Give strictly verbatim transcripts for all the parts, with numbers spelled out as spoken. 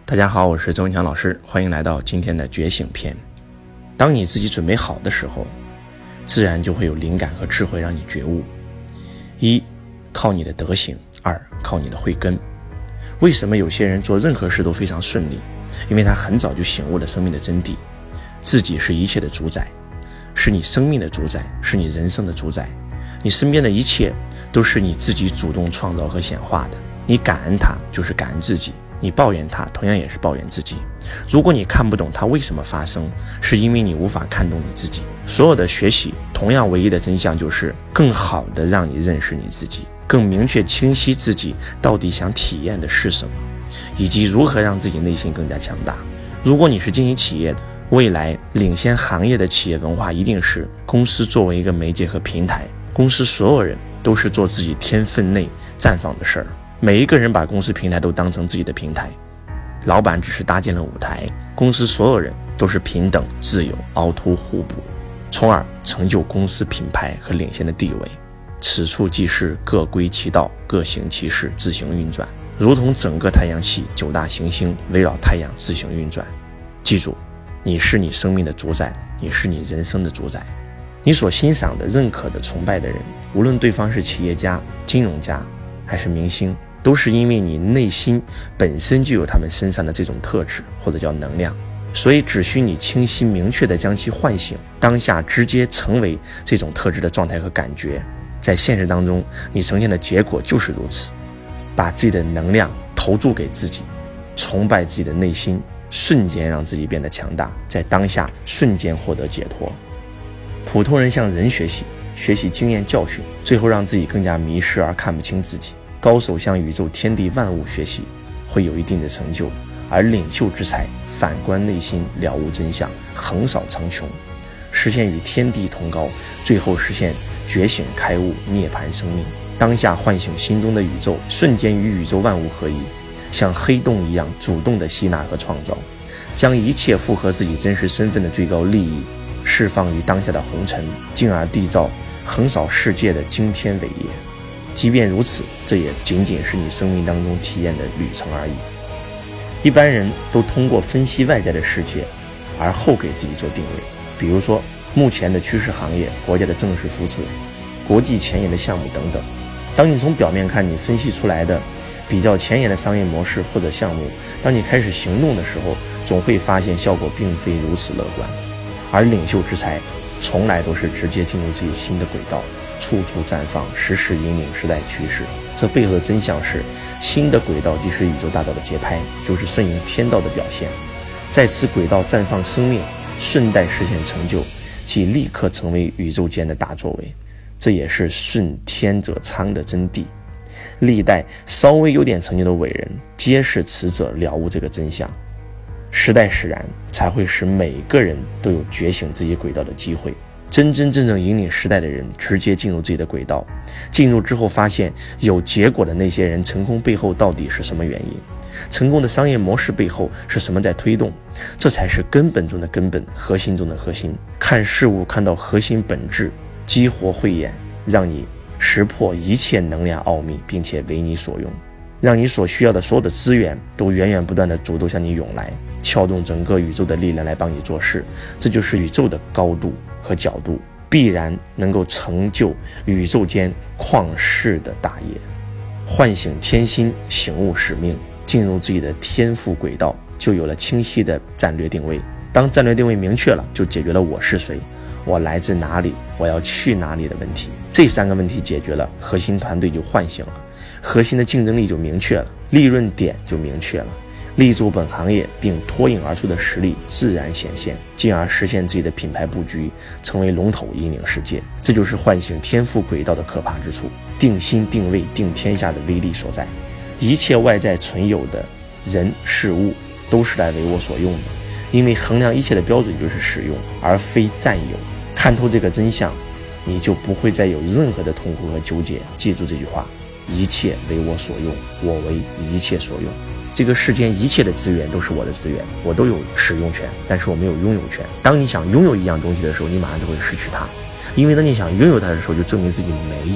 大家好，我是周文强老师，欢迎来到今天的觉醒篇。当你自己准备好的时候，自然就会有灵感和智慧让你觉悟。一，靠你的德行；二，靠你的慧根。为什么有些人做任何事都非常顺利？因为他很早就醒悟了生命的真谛，自己是一切的主宰，是你生命的主宰，是你人生的主宰。你身边的一切都是你自己主动创造和显化的，你感恩它就是感恩自己，你抱怨它同样也是抱怨自己。如果你看不懂它为什么发生，是因为你无法看懂你自己。所有的学习同样唯一的真相就是更好的让你认识你自己，更明确清晰自己到底想体验的是什么，以及如何让自己内心更加强大。如果你是经营企业的，未来领先行业的企业文化一定是公司作为一个媒介和平台，公司所有人都是做自己天分内绽放的事儿，每一个人把公司平台都当成自己的平台，老板只是搭建了舞台，公司所有人都是平等、自由、凹凸互补，从而成就公司品牌和领先的地位。此处即是各归其道，各行其事，自行运转，如同整个太阳系九大行星围绕太阳自行运转。记住，你是你生命的主宰，你是你人生的主宰。你所欣赏的、认可的、崇拜的人，无论对方是企业家、金融家还是明星，都是因为你内心本身就有他们身上的这种特质，或者叫能量。所以只需你清晰明确地将其唤醒，当下直接成为这种特质的状态和感觉。在现实当中，你呈现的结果就是如此。把自己的能量投注给自己，崇拜自己的内心，瞬间让自己变得强大，在当下瞬间获得解脱。普通人向人学习，学习经验教训，最后让自己更加迷失而看不清自己。高手向宇宙天地万物学习，会有一定的成就，而领袖之才反观内心，了悟真相，横扫苍穹，实现与天地同高，最后实现觉醒开悟，涅槃生命。当下唤醒心中的宇宙，瞬间与宇宙万物合一，像黑洞一样主动的吸纳和创造，将一切符合自己真实身份的最高利益释放于当下的红尘，进而缔造横扫世界的惊天伟业。即便如此，这也仅仅是你生命当中体验的旅程而已。一般人都通过分析外在的世界，而后给自己做定位，比如说目前的趋势行业、国家的政治福祉、国际前沿的项目等等。当你从表面看，你分析出来的比较前沿的商业模式或者项目，当你开始行动的时候，总会发现效果并非如此乐观。而领袖之才从来都是直接进入自己新的轨道，处处绽放，时时引领时代趋势。这背后的真相是，新的轨道即是宇宙大道的节拍，就是顺应天道的表现。在此轨道绽放生命，顺带实现成就，即立刻成为宇宙间的大作为。这也是顺天者昌的真谛。历代稍微有点成就的伟人，皆是此者了悟这个真相。时代使然，才会使每个人都有觉醒自己轨道的机会。真真正正引领时代的人，直接进入自己的轨道，进入之后发现有结果的那些人，成功背后到底是什么原因？成功的商业模式背后是什么在推动？这才是根本中的根本，核心中的核心。看事物看到核心本质，激活慧眼，让你识破一切能量奥秘，并且为你所用，让你所需要的所有的资源都源源不断的主动向你涌来，撬动整个宇宙的力量来帮你做事。这就是宇宙的高度和角度，必然能够成就宇宙间旷世的大业。唤醒天心，醒悟使命，进入自己的天赋轨道，就有了清晰的战略定位。当战略定位明确了，就解决了我是谁，我来自哪里，我要去哪里的问题。这三个问题解决了，核心团队就唤醒了，核心的竞争力就明确了，利润点就明确了，立足本行业并脱颖而出的实力自然显现，进而实现自己的品牌布局，成为龙头引领世界。这就是唤醒天赋轨道的可怕之处，定心定位定天下的威力所在。一切外在存有的人事物都是来为我所用的，因为衡量一切的标准就是使用，而非占有。看透这个真相，你就不会再有任何的痛苦和纠结。记住这句话，一切为我所用，我为一切所用。这个世间一切的资源都是我的资源，我都有使用权，但是我没有拥有权。当你想拥有一样东西的时候，你马上就会失去它，因为当你想拥有它的时候，就证明自己没有。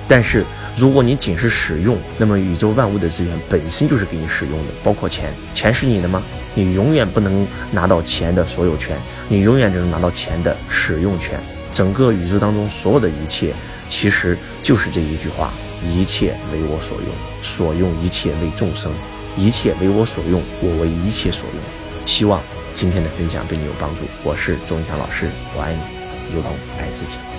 但是如果你仅是使用，那么宇宙万物的资源本身就是给你使用的，包括钱。钱是你的吗？你永远不能拿到钱的所有权，你永远只能拿到钱的使用权。整个宇宙当中所有的一切，其实就是这一句话：一切为我所用，所用一切为众生，一切为我所用，我为一切所用。希望今天的分享对你有帮助。我是周文强老师，我爱你，如同爱自己。